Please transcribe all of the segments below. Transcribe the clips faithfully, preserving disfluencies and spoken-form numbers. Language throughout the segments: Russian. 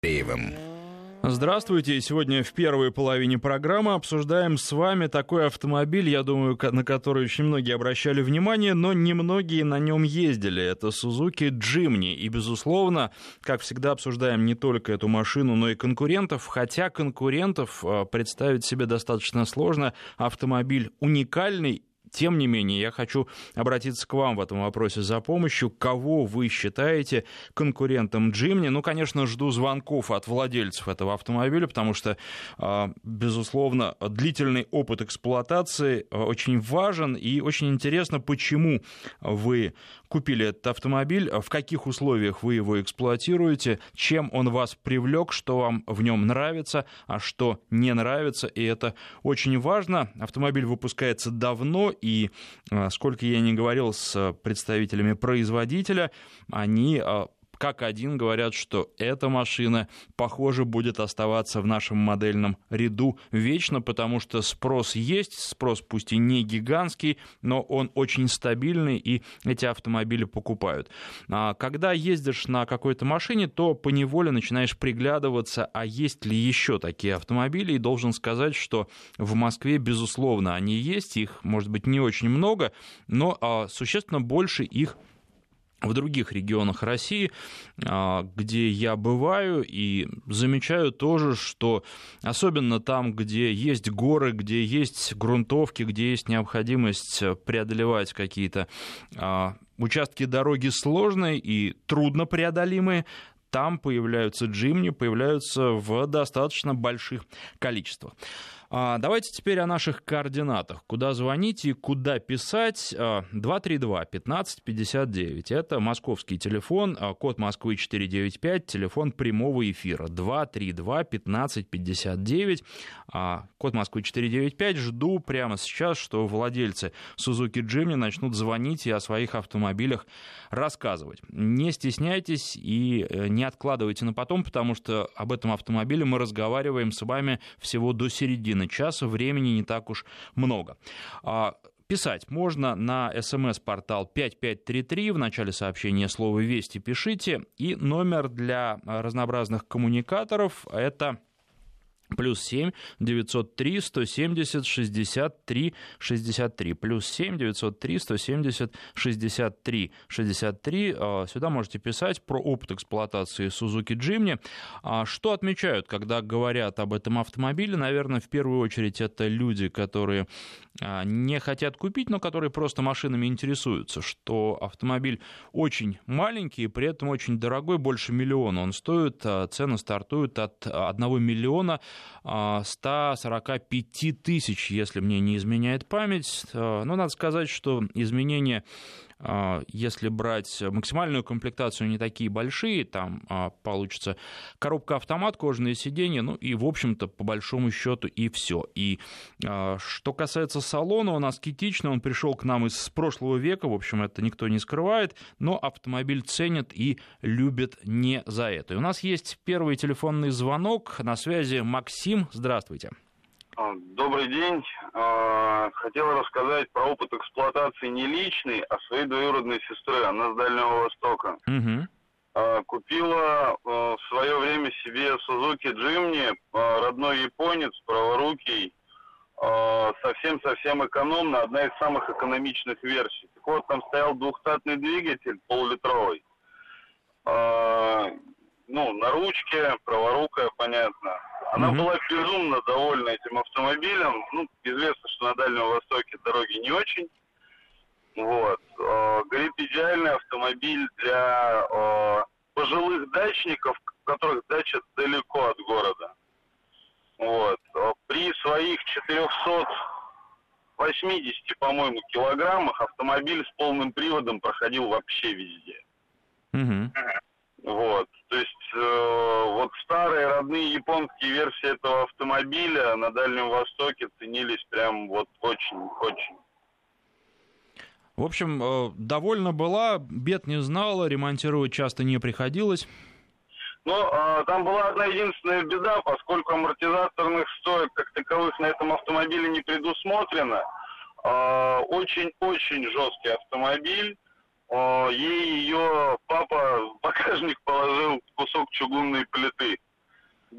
Здравствуйте. Сегодня в первой половине программы обсуждаем с вами такой автомобиль, я думаю, на который очень многие обращали внимание, но немногие на нем ездили. Это Suzuki Jimny. И, безусловно, как всегда, обсуждаем не только эту машину, но и конкурентов. Хотя конкурентов представить себе достаточно сложно. Автомобиль уникальный. Тем не менее, я хочу обратиться к вам в этом вопросе за помощью. Кого вы считаете конкурентом Jimny? Ну, конечно, жду звонков от владельцев этого автомобиля, потому что, безусловно, длительный опыт эксплуатации очень важен. И очень интересно, почему вы купили этот автомобиль, в каких условиях вы его эксплуатируете, чем он вас привлек, что вам в нем нравится, а что не нравится. И это очень важно. Автомобиль выпускается давно, и сколько я ни говорил с представителями производителя, они как один говорят, что эта машина, похоже, будет оставаться в нашем модельном ряду вечно, потому что спрос есть, спрос пусть и не гигантский, но он очень стабильный, и эти автомобили покупают. Когда ездишь на какой-то машине, то поневоле начинаешь приглядываться, а есть ли еще такие автомобили, и должен сказать, что в Москве, безусловно, они есть, их, может быть, не очень много, но существенно больше их в других регионах России, где я бываю, и замечаю тоже, что особенно там, где есть горы, где есть грунтовки, где есть необходимость преодолевать какие-то участки дороги сложные и труднопреодолимые, там появляются Jimny, появляются в достаточно больших количествах. Давайте теперь о наших координатах. Куда звонить и куда писать? два три два пятнадцать пятьдесят девять. Это московский телефон, код Москвы четыреста девяносто пять, телефон прямого эфира. два три два пятнадцать пятьдесят девять, код Москвы четыреста девяносто пять. Жду прямо сейчас, что владельцы Suzuki Jimny начнут звонить и о своих автомобилях рассказывать. Не стесняйтесь и не откладывайте на потом, потому что об этом автомобиле мы разговариваем с вами всего до середины часа, времени не так уж много. Писать можно на смс-портал пять пять три три, в начале сообщения слово «Вести» пишите, и номер для разнообразных коммуникаторов — это плюс семь девятьсот три сто семьдесят шестьдесят три шестьдесят три. Плюс семь девятьсот три сто семьдесят шестьдесят три шестьдесят три. Сюда можете писать про опыт эксплуатации Suzuki Jimny. Что отмечают, когда говорят об этом автомобиле? Наверное, в первую очередь это люди, которые не хотят купить, но которые просто машинами интересуются, что автомобиль очень маленький и при этом очень дорогой, больше миллиона он стоит. Цены стартуют от одного миллиона ста сорока пяти тысяч, если мне не изменяет память. Но надо сказать, что изменения, если брать максимальную комплектацию, не такие большие, там получится коробка-автомат, кожаные сиденья, ну и, в общем-то, по большому счету и все. И что касается салона, он аскетичный, он пришел к нам из прошлого века, в общем, это никто не скрывает, но автомобиль ценят и любят не за это. И у нас есть первый телефонный звонок, на связи Максим, здравствуйте. Добрый день. Хотел рассказать про опыт эксплуатации не личный, а своей двоюродной сестры. Она с Дальнего Востока. Угу. Купила в свое время себе Suzuki Jimny, родной японец, праворукий, совсем-совсем экономно, одна из самых экономичных версий. Так вот, там стоял двухтактный двигатель, полулитровый. Ну, на ручке, праворукая, понятно. Она mm-hmm. была безумно довольна этим автомобилем. Ну, известно, что на Дальнем Востоке дороги не очень. Вот. Э, говорит, идеальный автомобиль для э, пожилых дачников, которых дачат далеко от города. Вот. При своих четырехстах восьмидесяти, по-моему, килограммах автомобиль с полным приводом проходил вообще везде. Mm-hmm. Вот, то есть э, вот старые родные японские версии этого автомобиля на Дальнем Востоке ценились прям вот очень-очень. В общем, довольна была, бед не знала, ремонтировать часто не приходилось. Ну, э, там была одна единственная беда, поскольку амортизаторных стоек как таковых на этом автомобиле не предусмотрено. Э, очень-очень жесткий автомобиль. Ей ее папа в багажник положил кусок чугунной плиты.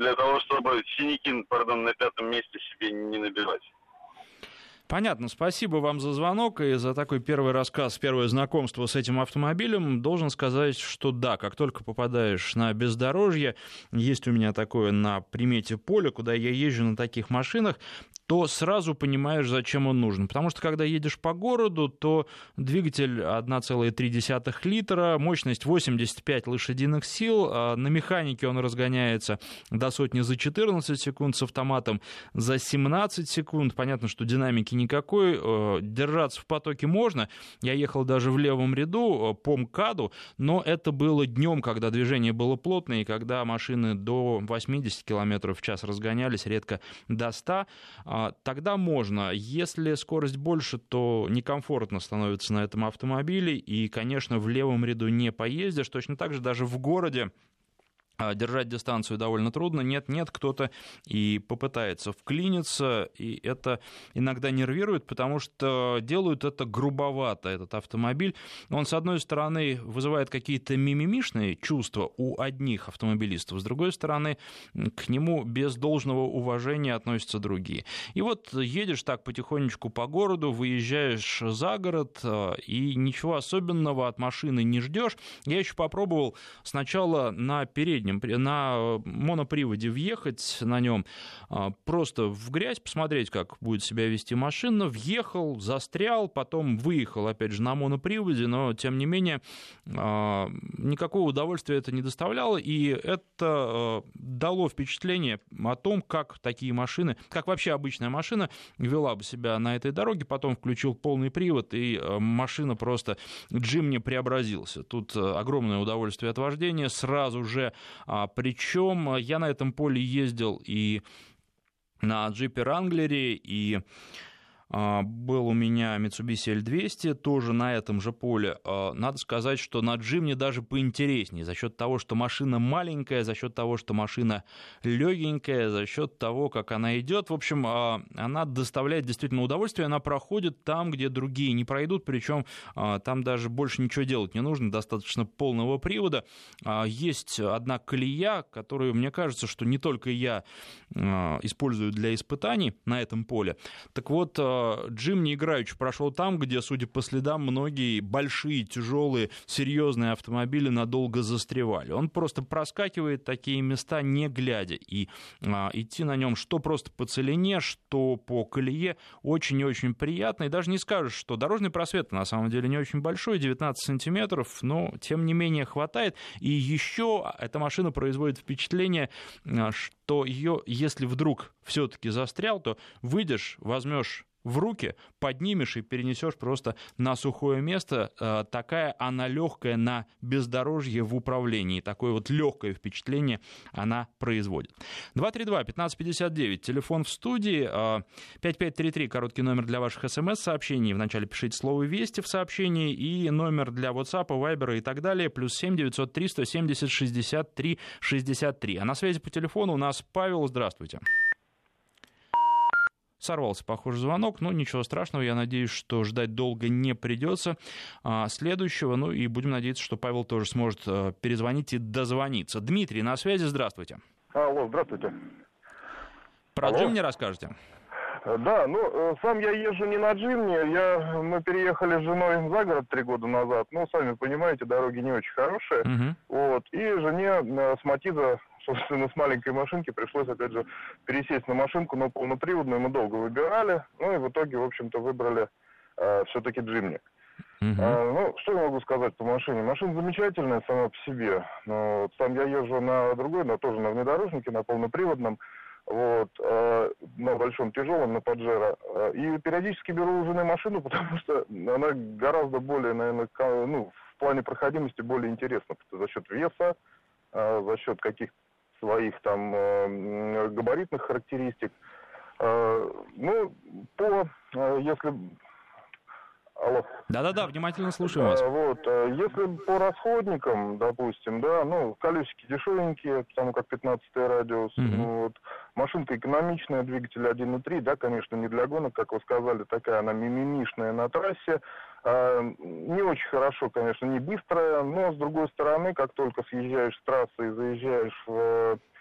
для того, чтобы синяки, пардон, на пятом месте себе не набивать. Понятно. Спасибо вам за звонок и за такой первый рассказ, первое знакомство с этим автомобилем. Должен сказать, что да, как только попадаешь на бездорожье, есть у меня такое на примете поле, куда я езжу на таких машинах, то сразу понимаешь, зачем он нужен. Потому что, когда едешь по городу, то двигатель один целых три десятых литра, мощность восемьдесят пять лошадиных сил, на механике он разгоняется до сотни за четырнадцать секунд, с автоматом за семнадцать секунд. Понятно, что динамики никакой, держаться в потоке можно. Я ехал даже в левом ряду по МКАДу, но это было днем, когда движение было плотное, и когда машины до восемьдесят километров в час разгонялись, редко до ста. Тогда можно. Если скорость больше, то некомфортно становится на этом автомобиле, и, конечно, в левом ряду не поездишь. Точно так же даже в городе держать дистанцию довольно трудно. Нет-нет, кто-то и попытается вклиниться, и это иногда нервирует, потому что делают это грубовато, этот автомобиль. Он, с одной стороны, вызывает какие-то мимимишные чувства у одних автомобилистов, с другой стороны, к нему без должного уважения относятся другие. И вот едешь так потихонечку по городу, выезжаешь за город, и ничего особенного от машины не ждешь. Я еще попробовал сначала на переднем, на моноприводе въехать на нем, просто в грязь, посмотреть, как будет себя вести машина. Въехал, застрял, потом выехал, опять же, на моноприводе, но, тем не менее, никакого удовольствия это не доставляло, и это дало впечатление о том, как такие машины, как вообще обычная машина вела бы себя на этой дороге. Потом включил полный привод, и машина просто, Джимни преобразился. Тут огромное удовольствие от вождения, сразу же. Причем я на этом поле ездил и на джипе Wrangler, и был у меня Mitsubishi эль двести, тоже на этом же поле. Надо сказать, что на Джимне даже поинтереснее, за счет того, что машина маленькая, за счет того, что машина легенькая, за счет того, как она идет. В общем, она доставляет действительно удовольствие, она проходит там, где другие не пройдут, причем там даже больше ничего делать не нужно, достаточно полного привода. Есть одна колея, которую, мне кажется, что не только я использую для испытаний на этом поле. Так вот, Джимни играючи прошел там, где, судя по следам, многие большие, тяжелые, серьезные автомобили надолго застревали. Он просто проскакивает такие места, не глядя, и а, идти на нем что просто по целине, что по колее очень и очень приятно. И даже не скажешь, что дорожный просвет на самом деле не очень большой, девятнадцать сантиметров, но тем не менее хватает. И еще эта машина производит впечатление, что ее, если вдруг все-таки застрял, то выйдешь, возьмешь в руки, поднимешь и перенесешь просто на сухое место. Такая она легкая на бездорожье в управлении. Такое вот легкое впечатление она производит. два три два пятнадцать пятьдесят девять, телефон в студии, пять пять три три, короткий номер для ваших смс-сообщений. Вначале пишите слово «Вести» в сообщении, и номер для WhatsApp, Viber и так далее, плюс семь девятьсот три сто семьдесят шестьдесят три шестьдесят три. А на связи по телефону у нас Павел. Здравствуйте. Сорвался, похоже, звонок, но ничего страшного, я надеюсь, что ждать долго не придется следующего, ну и будем надеяться, что Павел тоже сможет перезвонить и дозвониться. Дмитрий, на связи, здравствуйте. Алло, здравствуйте. Про Алло. Джимни расскажете? Да, ну, сам я езжу не на Джимни, я, мы переехали с женой за город три года назад, ну, сами понимаете, дороги не очень хорошие, uh-huh. вот, и жене с Матиза, собственно, с маленькой машинки пришлось, опять же, пересесть на машинку, но полноприводную, мы долго выбирали, ну, и в итоге, в общем-то, выбрали э, все-таки Джимни. Uh-huh. А, ну, что я могу сказать по машине? Машина замечательная сама по себе, но сам я езжу на другой, но тоже на внедорожнике, на полноприводном, вот, э, на большом тяжелом, на Паджеро. И периодически беру у жены машину, потому что она гораздо более, наверное, ну, в плане проходимости более интересна. За счет веса, э, за счет каких-то своих там э, габаритных характеристик. Э, ну, по, э, если... Алло. Да-да-да, внимательно слушаю вас. А, вот, если по расходникам, допустим, да, ну, колесики дешевенькие, потому как пятнадцатый радиус, mm-hmm. ну, вот, машинка экономичная, двигатель один и три, да, конечно, не для гонок, как вы сказали, такая она мимимишная на трассе, а, не очень хорошо, конечно, не быстрая, но, с другой стороны, как только съезжаешь с трассы и заезжаешь в...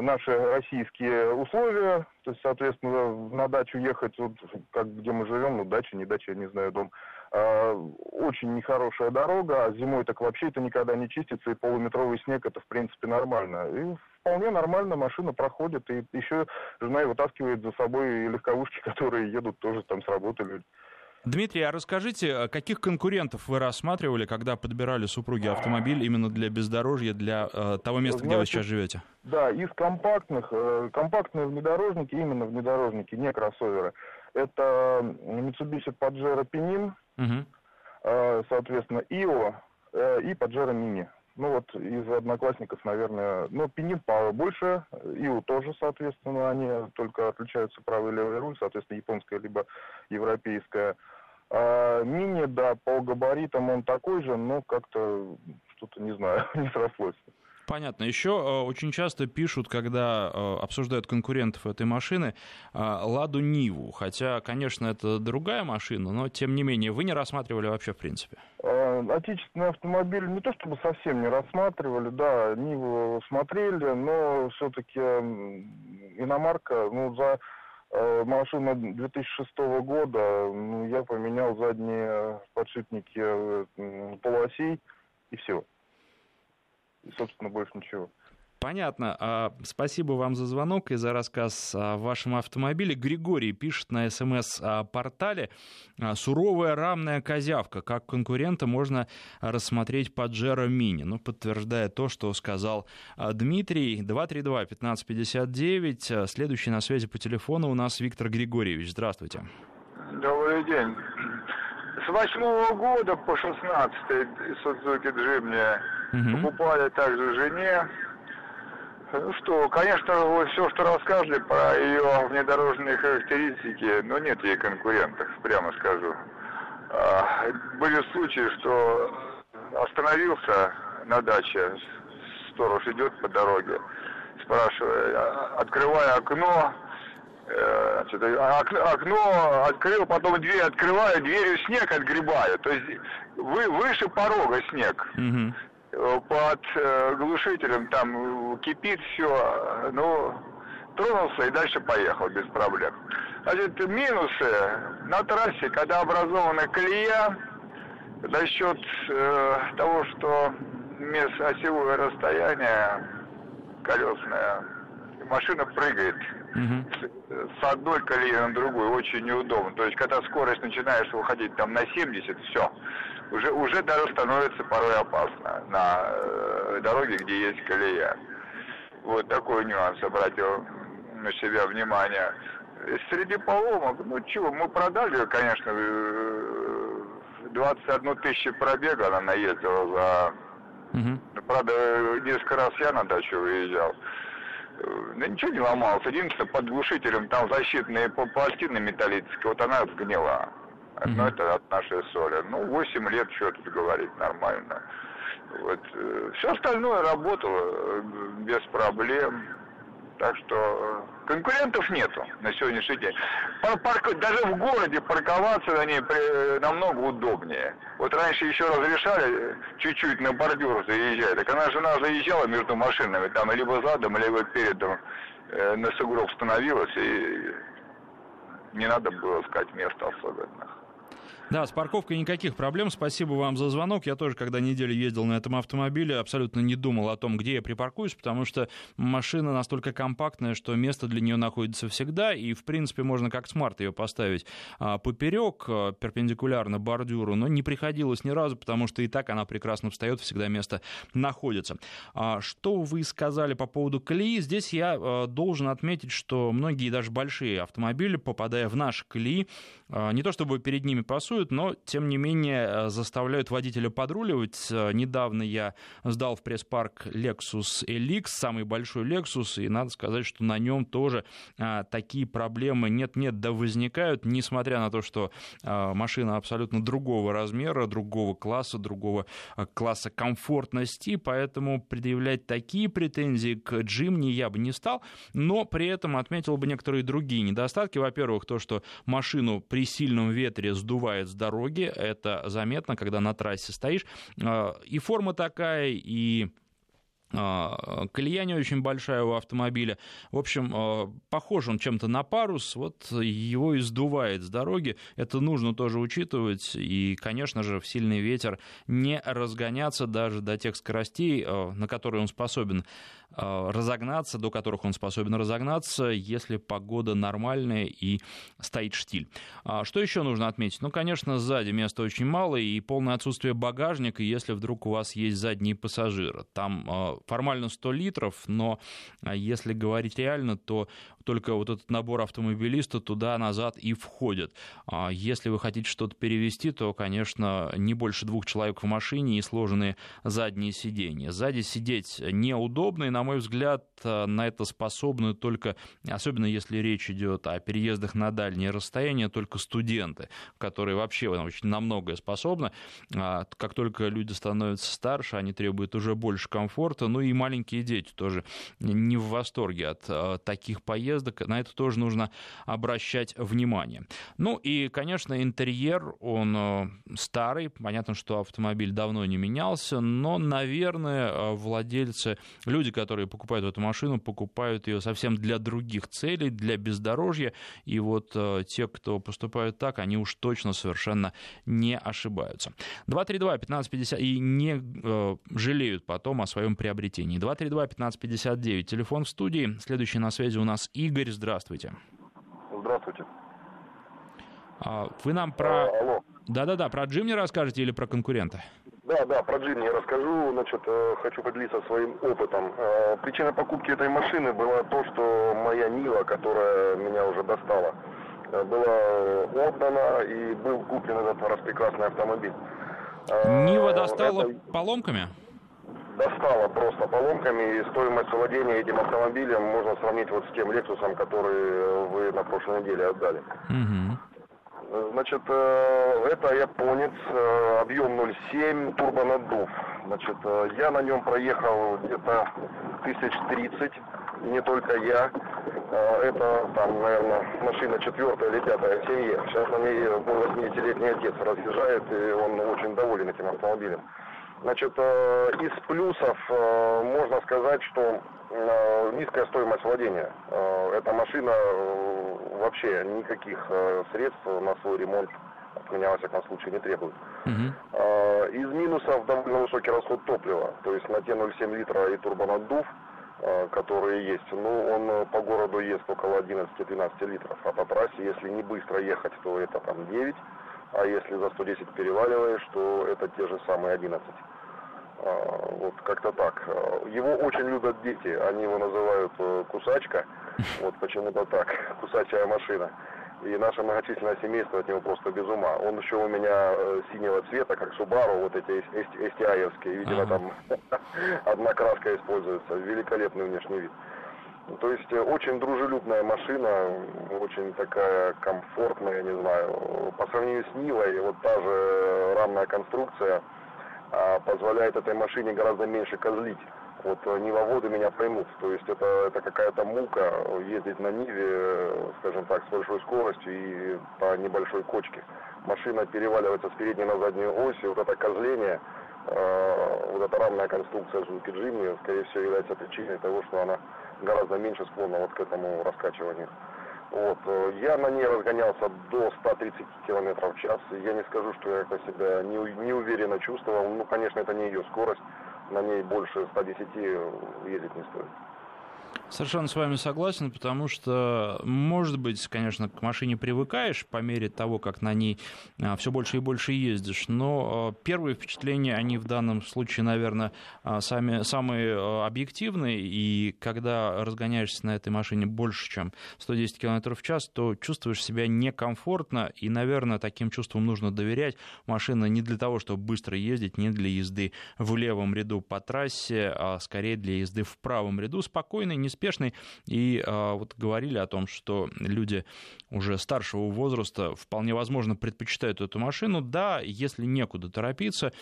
наши российские условия, то есть, соответственно, на дачу ехать, вот, как где мы живем, ну, дача, не дача, я не знаю, дом, а, очень нехорошая дорога, а зимой так вообще это никогда не чистится, и полуметровый снег это, в принципе, нормально. И вполне нормально машина проходит, и еще жена вытаскивает за собой легковушки, которые едут тоже там с работы люди. Дмитрий, а расскажите, каких конкурентов вы рассматривали, когда подбирали супруги автомобиль именно для бездорожья, для э, того места, Знаете, где вы сейчас живете? Да, из компактных, э, компактные внедорожники, именно внедорожники, не кроссоверы, это Mitsubishi Pajero Pinin, угу. э, соответственно, Ио э, и Pajero Mini. Ну вот из одноклассников, наверное, ну Pinin побольше, Ио тоже, соответственно, они только отличаются правый и левый руль, соответственно, японская либо европейская. А Мини, да, по габаритам он такой же, но как-то что-то, не знаю, не срослось. Понятно. Еще э, очень часто пишут, когда э, обсуждают конкурентов этой машины, э, Ладу Ниву. Хотя, конечно, это другая машина, но, тем не менее, вы не рассматривали вообще в принципе? Э, отечественный автомобиль не то чтобы совсем не рассматривали, да, Ниву смотрели, но все-таки иномарка, ну, за э, машину две тысячи шестого года, ну, я поменял задние подшипники э, полуосей и все. И, собственно, больше ничего. Понятно. Спасибо вам за звонок и за рассказ о вашем автомобиле. Григорий пишет на СМС-портале: суровая рамная козявка. Как конкурента можно рассмотреть Pajero Mini. Ну, подтверждая то, что сказал Дмитрий. два три два пятнадцать пятьдесят девять. Следующий на связи по телефону у нас Виктор Григорьевич. Здравствуйте. Добрый день. С восьмого года по шестнадцатый Suzuki Jimny угу. покупали также жене. Ну что, конечно, вы все, что рассказывали про ее внедорожные характеристики, но нет ей конкурентов, прямо скажу. Были случаи, что остановился на даче, сторож идет по дороге, спрашивая, открывая окно, Значит, окно открыл, потом дверь открываю, дверью снег отгребаю. То есть вы, выше порога снег. Mm-hmm. Под э, глушителем там кипит все. Ну, тронулся и дальше поехал без проблем. Значит, минусы на трассе, когда образована колея, за счет э, того, что межосевое расстояние колесное, машина прыгает. Uh-huh. С одной колеи на другую очень неудобно. То есть, когда скорость начинаешь выходить там на семьдесят, все, уже, уже даже становится порой опасно на э, дороге, где есть колея. Вот такой нюанс обратил на себя внимание. Среди поломок, ну чего, мы продали, конечно, двадцать одну тысячу пробега она наездила за... Uh-huh. Правда, несколько раз я на дачу выезжал. Да ничего не ломалось. Единственное, под глушителем там защитные пластины металлические, вот она сгнила. Mm-hmm. Но это от нашей соли. Ну, восемь лет, что тут говорить, нормально. Вот. Все остальное работало без проблем. Так что конкурентов нету на сегодняшний день. Парк... Даже в городе парковаться на ней намного удобнее. Вот раньше еще разрешали чуть-чуть на бордюр заезжать. Так она жена заезжала между машинами, там либо задом, либо передом э, на сугроб становилась, и не надо было искать места особенно. Да, с парковкой никаких проблем. Спасибо вам за звонок. Я тоже, когда неделю ездил на этом автомобиле, абсолютно не думал о том, где я припаркуюсь, потому что машина настолько компактная, что место для нее находится всегда, и, в принципе, можно как смарт ее поставить а, поперек, а, перпендикулярно бордюру, но не приходилось ни разу, потому что и так она прекрасно встает, всегда место находится. А, что вы сказали по поводу колеи? Здесь я а, должен отметить, что многие, даже большие автомобили, попадая в наши колеи, а, не то чтобы перед ними пасуют, но, тем не менее, заставляют водителя подруливать. Недавно я сдал в пресс-парк Lexus эл икс, самый большой Lexus, и надо сказать, что на нем тоже а, такие проблемы нет-нет, да возникают, несмотря на то, что а, машина абсолютно другого размера, другого класса, другого а, класса комфортности, поэтому предъявлять такие претензии к Jimny я бы не стал, но при этом отметил бы некоторые другие недостатки. Во-первых, то, что машину при сильном ветре сдувает с дороги, это заметно, когда на трассе стоишь. И форма такая, и колея не очень большая у автомобиля. В общем, похож он чем-то на парус, вот его и сдувает с дороги. Это нужно тоже учитывать. И, конечно же, в сильный ветер не разгоняться даже до тех скоростей, на которые он способен разогнаться, до которых он способен разогнаться, если погода нормальная и стоит штиль. Что еще нужно отметить? Ну, конечно, сзади места очень мало и полное отсутствие багажника, если вдруг у вас есть задние пассажиры. Там формально сто литров, но если говорить реально, то только вот этот набор автомобилиста туда-назад и входит. Если вы хотите что-то перевезти, то, конечно, не больше двух человек в машине и сложенные задние сиденья. Сзади сидеть неудобно, и, на мой взгляд, на это способны только, особенно если речь идет о переездах на дальние расстояния, только студенты, которые вообще очень на многое способны. Как только люди становятся старше, они требуют уже больше комфорта, ну и маленькие дети тоже не в восторге от таких поездок. На это тоже нужно обращать внимание. Ну и, конечно, интерьер, он старый. Понятно, что автомобиль давно не менялся, но, наверное, владельцы, люди, которые покупают эту машину, покупают ее совсем для других целей, для бездорожья. И вот те, кто поступают так, они уж точно совершенно не ошибаются. два три два пятнадцать пятьдесят и не э, жалеют потом о своем приобретении. два три два пятнадцать пятьдесят девять, телефон в студии. Следующий на связи у нас Игорь, здравствуйте. Здравствуйте. Вы нам про... А, алло. Да-да-да, про Джимни расскажете или про конкурента? Да, да, про Джимни я расскажу. Значит, хочу поделиться своим опытом. Причина покупки этой машины была то, что моя Нива, которая меня уже достала, была отдана и был куплен этот распрекрасный автомобиль. Нива достала Это... поломками? Достала просто поломками, и стоимость владения этим автомобилем можно сравнить вот с тем Лексусом, который вы на прошлой неделе отдали. Угу. Значит, это японец, объем ноль семь, турбонаддув. Значит, я на нем проехал где-то тысяч тридцать, не только я. Это там, наверное, машина четвертая или пятая в семье. Сейчас на ней мой восьмидесятилетний отец разъезжает, и он очень доволен этим автомобилем. Значит, из плюсов можно сказать, что низкая стоимость владения. Эта машина вообще никаких средств на свой ремонт от меня, во всяком случае, не требует. Uh-huh. Из минусов довольно высокий расход топлива. То есть на те ноль семь литра и турбонаддув, которые есть, ну, он по городу ест около одиннадцать-двенадцать литров. А по трассе, если не быстро ехать, то это там девять. А если за сто десять переваливаешь, то это те же самые одиннадцать. Вот как-то так. Его очень любят дети. Они его называют кусачка. Вот почему-то так. Кусачая машина. И наше многочисленное семейство от него просто без ума. Он еще у меня синего цвета, как Subaru, вот эти эс ти ай-евские. Видимо, там одна краска используется. Великолепный внешний вид. То есть очень дружелюбная машина, очень такая комфортная, я не знаю. По сравнению с Нивой, вот та же рамная конструкция позволяет этой машине гораздо меньше козлить. Вот нивоводы меня поймут. То есть это, это какая-то мука ездить на Ниве, скажем так, с большой скоростью и по небольшой кочке. Машина переваливается с передней на заднюю ось, и вот это козление, вот эта рамная конструкция Suzuki Jimny, скорее всего, является причиной того, что она гораздо меньше склонна вот к этому раскачиванию. Вот. Я на ней разгонялся до ста тридцати километров в час. Я не скажу, что я себя не, не уверенно чувствовал. Ну, конечно, это не ее скорость. На ней больше ста десяти ездить не стоит. Совершенно с вами согласен, потому что, может быть, конечно, к машине привыкаешь по мере того, как на ней все больше и больше ездишь, но первые впечатления, они в данном случае, наверное, сами, самые объективные, и когда разгоняешься на этой машине больше, чем сто десять километров в час, то чувствуешь себя некомфортно, и, наверное, таким чувствам нужно доверять. Машина не для того, чтобы быстро ездить, не для езды в левом ряду по трассе, а скорее для езды в правом ряду, спокойной, не спешной, успешный. И вот говорили о том, что люди уже старшего возраста вполне возможно предпочитают эту машину. Да, если некуда торопиться,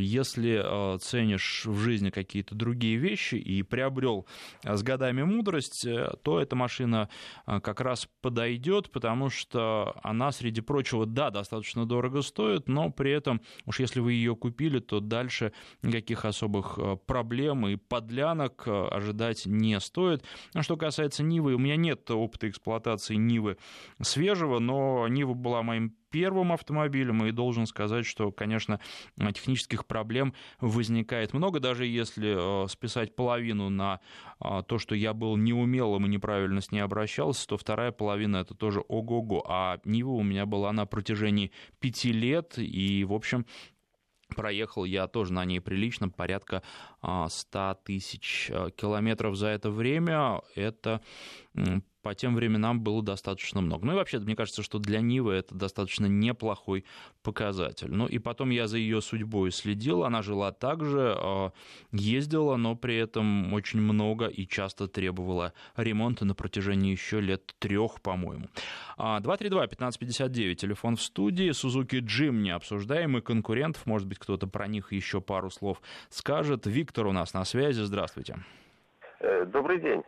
если ценишь в жизни какие-то другие вещи и приобрел с годами мудрость, то эта машина как раз подойдет, потому что она, среди прочего, да, достаточно дорого стоит, но при этом, уж если вы ее купили, то дальше никаких особых проблем и подлянок ожидать не стоит. Что касается Нивы, у меня нет опыта эксплуатации Нивы свежего, но Нива была моим первым автомобилем, и должен сказать, что, конечно, технических проблем возникает много, даже если списать половину на то, что я был неумелым и неправильно с ней обращался, то вторая половина — это тоже ого-го, а Нива у меня была на протяжении пяти лет, и, в общем, проехал я тоже на ней прилично, порядка ста тысяч километров за это время. Это по тем временам было достаточно много. Ну и вообще, мне кажется, что для Нивы это достаточно неплохой показатель. Ну и потом я за ее судьбой следил. Она жила также, ездила, но при этом очень много и часто требовала ремонта на протяжении еще лет трех, по-моему. два три два пятнадцать пятьдесят девять, телефон в студии. Suzuki Jimny обсуждаем, и конкурентов, может быть, кто-то про них еще пару слов скажет. Виктор у нас на связи, здравствуйте. Добрый день.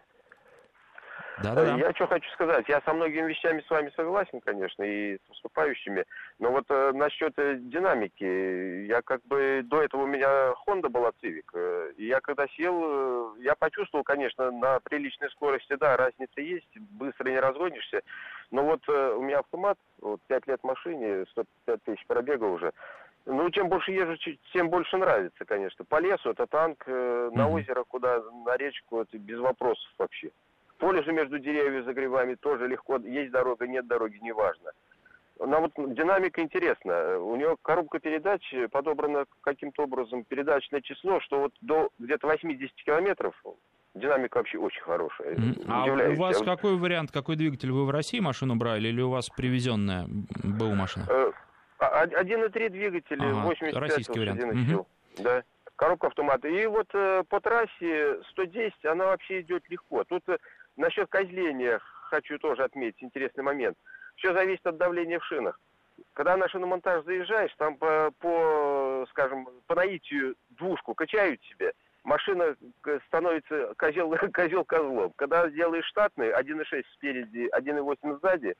Да-да-да. Я что хочу сказать, я со многими вещами с вами согласен, конечно, и с выступающими, но вот э, насчет э, динамики, я как бы, до этого у меня Honda была Civic, э, и я когда сел, э, я почувствовал, конечно, на приличной скорости, да, разница есть, быстро не разгонишься, но вот э, у меня автомат, вот пять лет в машине, сто пять тысяч пробега уже. Ну, чем больше езжу, тем больше нравится, конечно. По лесу это танк, э, на озеро, куда, на речку, это без вопросов вообще. Поле же между деревьями за грибами тоже легко, есть дорога, нет дороги, неважно. Но вот динамика интересна. У нее коробка передач подобрана каким-то образом передачное число, что вот до где-то восьмидесяти километров динамика вообще очень хорошая. Mm-hmm. А у вас вот... какой вариант, какой двигатель? Вы в России машину брали или у вас привезенная БУ машина? один и три двигатель, ага, восемьдесят пять лошадиных сил. Да. Коробка автомата. И вот э, по трассе сто десять она вообще идет легко. Тут э, насчет козления хочу тоже отметить интересный момент. Все зависит от давления в шинах. Когда на шиномонтаж заезжаешь, там по, по скажем, по наитию двушку качают тебе, машина становится козел, козел козлом. Когда делаешь штатный, один и шесть спереди, один и восемь сзади,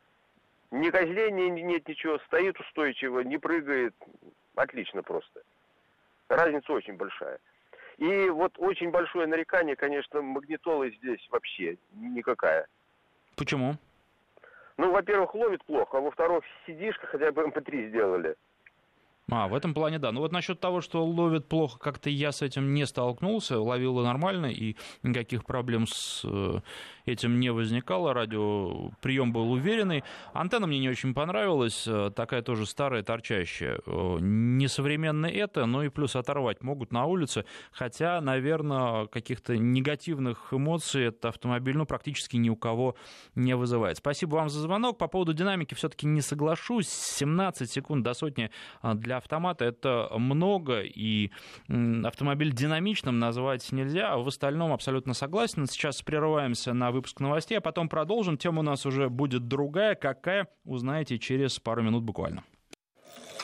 ни козления нет ничего, стоит устойчиво, не прыгает. Отлично просто. Разница очень большая. И вот очень большое нарекание, конечно, магнитолы здесь вообще никакая. Почему? Ну, во-первых, ловит плохо, а во-вторых, сидишка хотя бы эм пэ три сделали. А, в этом плане, да. Ну вот насчет того, что ловит плохо, как-то я с этим не столкнулся, ловила нормально, и никаких проблем с этим не возникало, радиоприем был уверенный. Антенна мне не очень понравилась, такая тоже старая, торчащая. Несовременная это, но и плюс оторвать могут на улице, хотя, наверное, каких-то негативных эмоций этот автомобиль ну, практически ни у кого не вызывает. Спасибо вам за звонок. По поводу динамики все-таки не соглашусь. семнадцать секунд до сотни для автомата это много, и автомобиль динамичным назвать нельзя, а в остальном абсолютно согласен. Сейчас прерываемся на выпуск новостей, а потом продолжим. Тема у нас уже будет другая. Какая, узнаете через пару минут буквально.